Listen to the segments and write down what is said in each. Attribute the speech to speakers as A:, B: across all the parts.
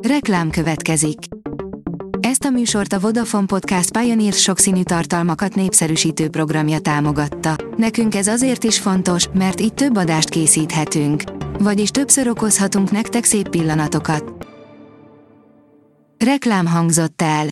A: Reklám következik. Ezt a műsort a Vodafone Podcast Pioneer sokszínű tartalmakat népszerűsítő programja támogatta. Nekünk ez azért is fontos, mert így több adást készíthetünk. Vagyis többször okozhatunk nektek szép pillanatokat. Reklám hangzott el.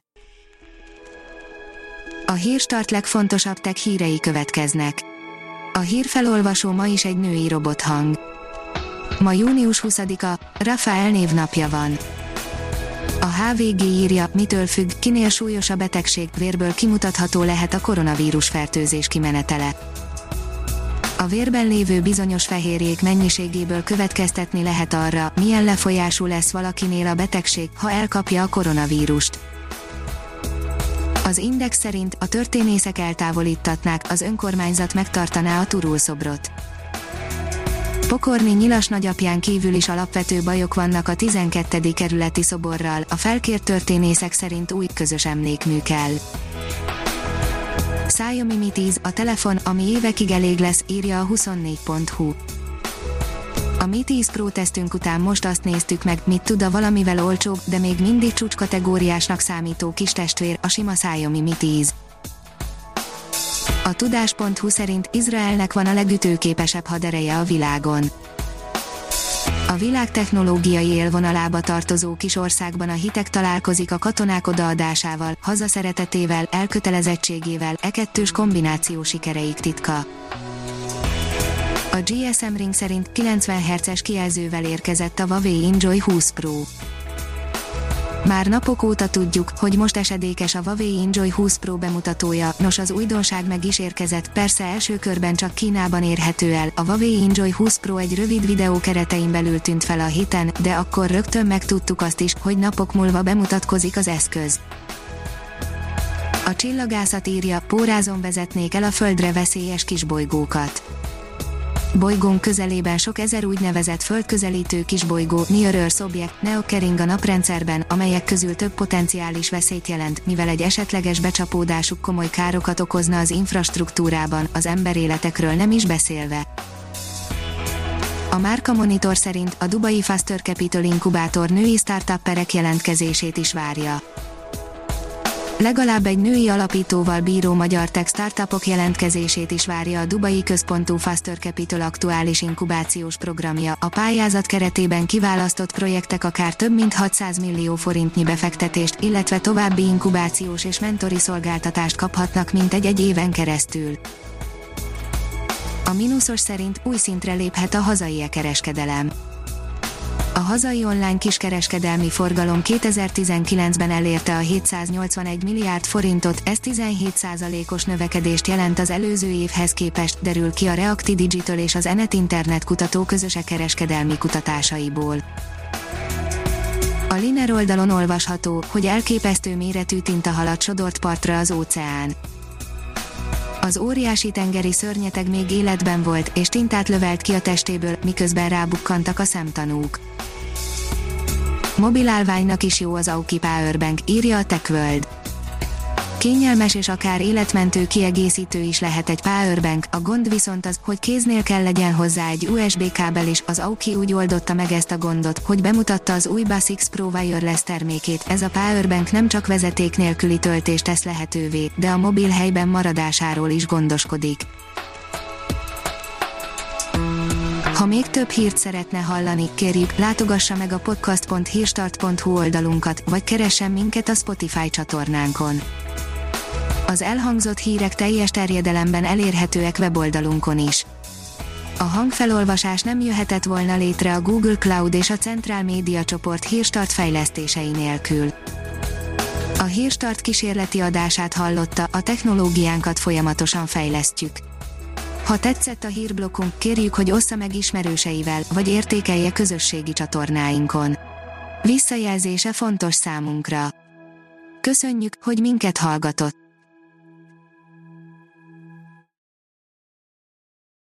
A: A Hírstart legfontosabb tech hírei következnek. A hírfelolvasó ma is egy női robothang. Ma június 20-a, Rafael névnapja van. A HVG írja, mitől függ, kinél súlyos a betegség, vérből kimutatható lehet a koronavírus fertőzés kimenetele. A vérben lévő bizonyos fehérjék mennyiségéből következtetni lehet arra, milyen lefolyású lesz valakinél a betegség, ha elkapja a koronavírust. Az Index szerint a történészek eltávolítatnák, az önkormányzat megtartaná a turulszobrot. Pokorni Nyilas nagyapján kívül is alapvető bajok vannak a 12. kerületi szoborral, a felkért történészek szerint új, közös emlékmű kell. Xiaomi Mi 10, a telefon, ami évekig elég lesz, írja a 24.hu. A Mi 10 Pro tesztünk után most azt néztük meg, mit tud a valamivel olcsóbb, de még mindig csúcskategóriásnak számító kis testvér, a sima Xiaomi Mi 10. A tudás.hu szerint Izraelnek van a legütőképesebb hadereje a világon. A világ technológiai élvonalába tartozó kis országban a hitek találkozik a katonák odaadásával, hazaszeretetével, elkötelezettségével, kettős kombináció sikereik titka. A GSM Ring szerint 90 Hz-es kijelzővel érkezett a Huawei Enjoy 20 Pro. Már napok óta tudjuk, hogy most esedékes a Huawei Enjoy 20 Pro bemutatója, nos az újdonság meg is érkezett, persze első körben csak Kínában érhető el, a Huawei Enjoy 20 Pro egy rövid videó keretein belül tűnt fel a héten, de akkor rögtön megtudtuk azt is, hogy napok múlva bemutatkozik az eszköz. A csillagászat írja, pórázon vezetnék el a Földre veszélyes kisbolygókat. Bolygónk közelében sok ezer úgynevezett földközelítő kisbolygó, Near Earth Object, NEO kering a naprendszerben, amelyek közül több potenciális veszélyt jelent, mivel egy esetleges becsapódásuk komoly károkat okozna az infrastruktúrában, az emberéletekről nem is beszélve. A Márka Monitor szerint a dubai Faster Capital inkubátor női startupperek jelentkezését is várja. Legalább egy női alapítóval bíró magyar tech startupok jelentkezését is várja a dubai központú Faster Capital aktuális inkubációs programja. A pályázat keretében kiválasztott projektek akár több mint 600 millió forintnyi befektetést, illetve további inkubációs és mentori szolgáltatást kaphatnak mintegy egy éven keresztül. A Minusos szerint új szintre léphet a hazai e-kereskedelem. A hazai online kiskereskedelmi forgalom 2019-ben elérte a 781 milliárd forintot, ez 17%-os növekedést jelent az előző évhez képest, derül ki a Reacti Digital és az Enet Internet kutató közös kereskedelmi kutatásaiból. A Liner oldalon olvasható, hogy elképesztő méretű tintahalat sodort partra az óceán. Az óriási tengeri szörnyeteg még életben volt, és tintát lövelt ki a testéből, miközben rábukkantak a szemtanúk. Mobilállványnak is jó az Aoki Powerbank, írja a TechWorld. Kényelmes és akár életmentő kiegészítő is lehet egy Powerbank, a gond viszont az, hogy kéznél kell legyen hozzá egy USB kábel is. Az Aoki úgy oldotta meg ezt a gondot, hogy bemutatta az új Bus X Pro Wireless termékét. Ez a Powerbank nem csak vezeték nélküli töltést tesz lehetővé, de a mobil helyben maradásáról is gondoskodik. Ha még több hírt szeretne hallani, kérjük, látogassa meg a podcast.hírstart.hu oldalunkat, vagy keressen minket a Spotify csatornánkon. Az elhangzott hírek teljes terjedelemben elérhetőek weboldalunkon is. A hangfelolvasás nem jöhetett volna létre a Google Cloud és a Central Media csoport Hírstart fejlesztései nélkül. A Hírstart kísérleti adását hallotta, a technológiánkat folyamatosan fejlesztjük. Ha tetszett a hírblokkunk, kérjük, hogy ossza meg ismerőseivel, vagy értékelje közösségi csatornáinkon. Visszajelzése fontos számunkra. Köszönjük, hogy minket hallgatott!